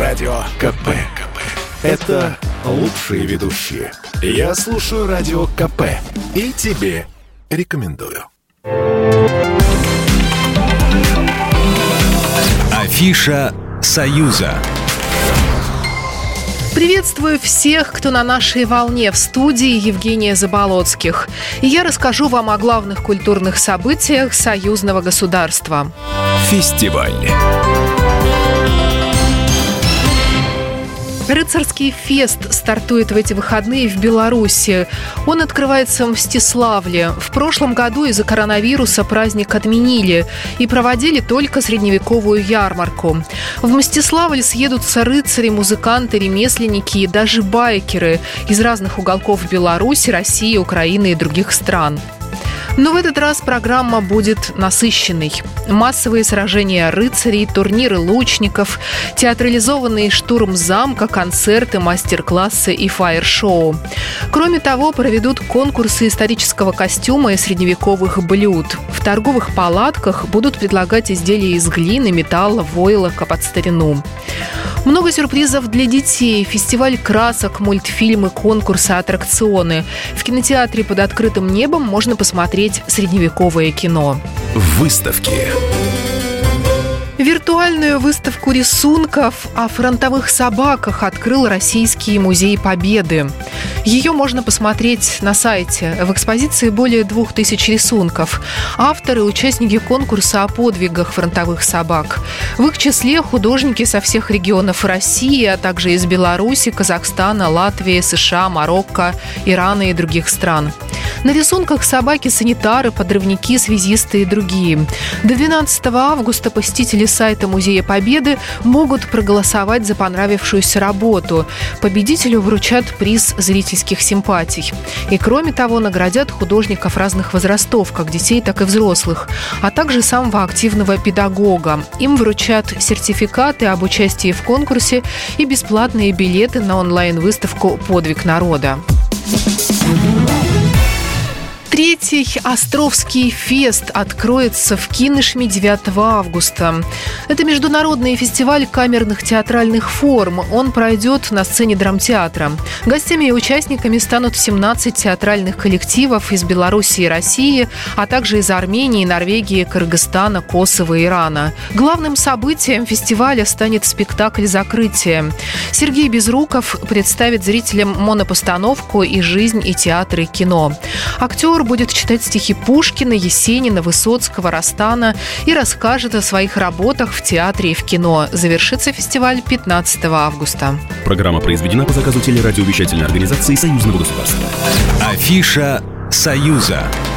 Радио КП. Это лучшие ведущие. Я слушаю Радио КП и тебе рекомендую. Афиша «Союза». Приветствую всех, кто на нашей волне. В студии Евгения Заболоцких. И я расскажу вам о главных культурных событиях союзного государства. Фестиваль. Рыцарский фест стартует в эти выходные в Беларуси. Он открывается в Мстиславле. В прошлом году из-за коронавируса праздник отменили и проводили только средневековую ярмарку. В Мстиславль съедутся рыцари, музыканты, ремесленники и даже байкеры из разных уголков Беларуси, России, Украины и других стран. Но в этот раз программа будет насыщенной. Массовые сражения рыцарей, турниры лучников, театрализованный штурм замка, концерты, мастер-классы и фаер-шоу. Кроме того, проведут конкурсы исторического костюма и средневековых блюд. В торговых палатках будут предлагать изделия из глины, металла, войлока под старину. Много сюрпризов для детей. Фестиваль красок, мультфильмы, конкурсы, аттракционы. В кинотеатре под открытым небом можно посмотреть средневековое кино. Выставки. Виртуальную выставку рисунков о фронтовых собаках открыл Российский музей Победы. Ее можно посмотреть на сайте. В экспозиции более 2000 рисунков. Авторы – участники конкурса о подвигах фронтовых собак. В их числе художники со всех регионов России, а также из Беларуси, Казахстана, Латвии, США, Марокко, Ирана и других стран. На рисунках собаки-санитары, подрывники, связисты и другие. До 12 августа посетители сайта Музея Победы могут проголосовать за понравившуюся работу. Победителю вручат приз зрительских симпатий. И кроме того, наградят художников разных возрастов, как детей, так и взрослых, а также самого активного педагога. Им вручат сертификаты об участии в конкурсе и бесплатные билеты на онлайн-выставку «Подвиг народа». Третий Островский фест откроется в Кинешме 9 августа. Это международный фестиваль камерных театральных форм. Он пройдет на сцене драмтеатра. Гостями и участниками станут 17 театральных коллективов из Беларуси и России, а также из Армении, Норвегии, Кыргызстана, Косово и Ирана. Главным событием фестиваля станет спектакль «Закрытие». Сергей Безруков представит зрителям монопостановку и жизнь, и театр, и кино. Актер будет читать стихи Пушкина, Есенина, Высоцкого, Растана и расскажет о своих работах в театре и в кино. Завершится фестиваль 15 августа. Программа произведена по заказу телерадиовещательной организации Союзного государства. Афиша «Союза».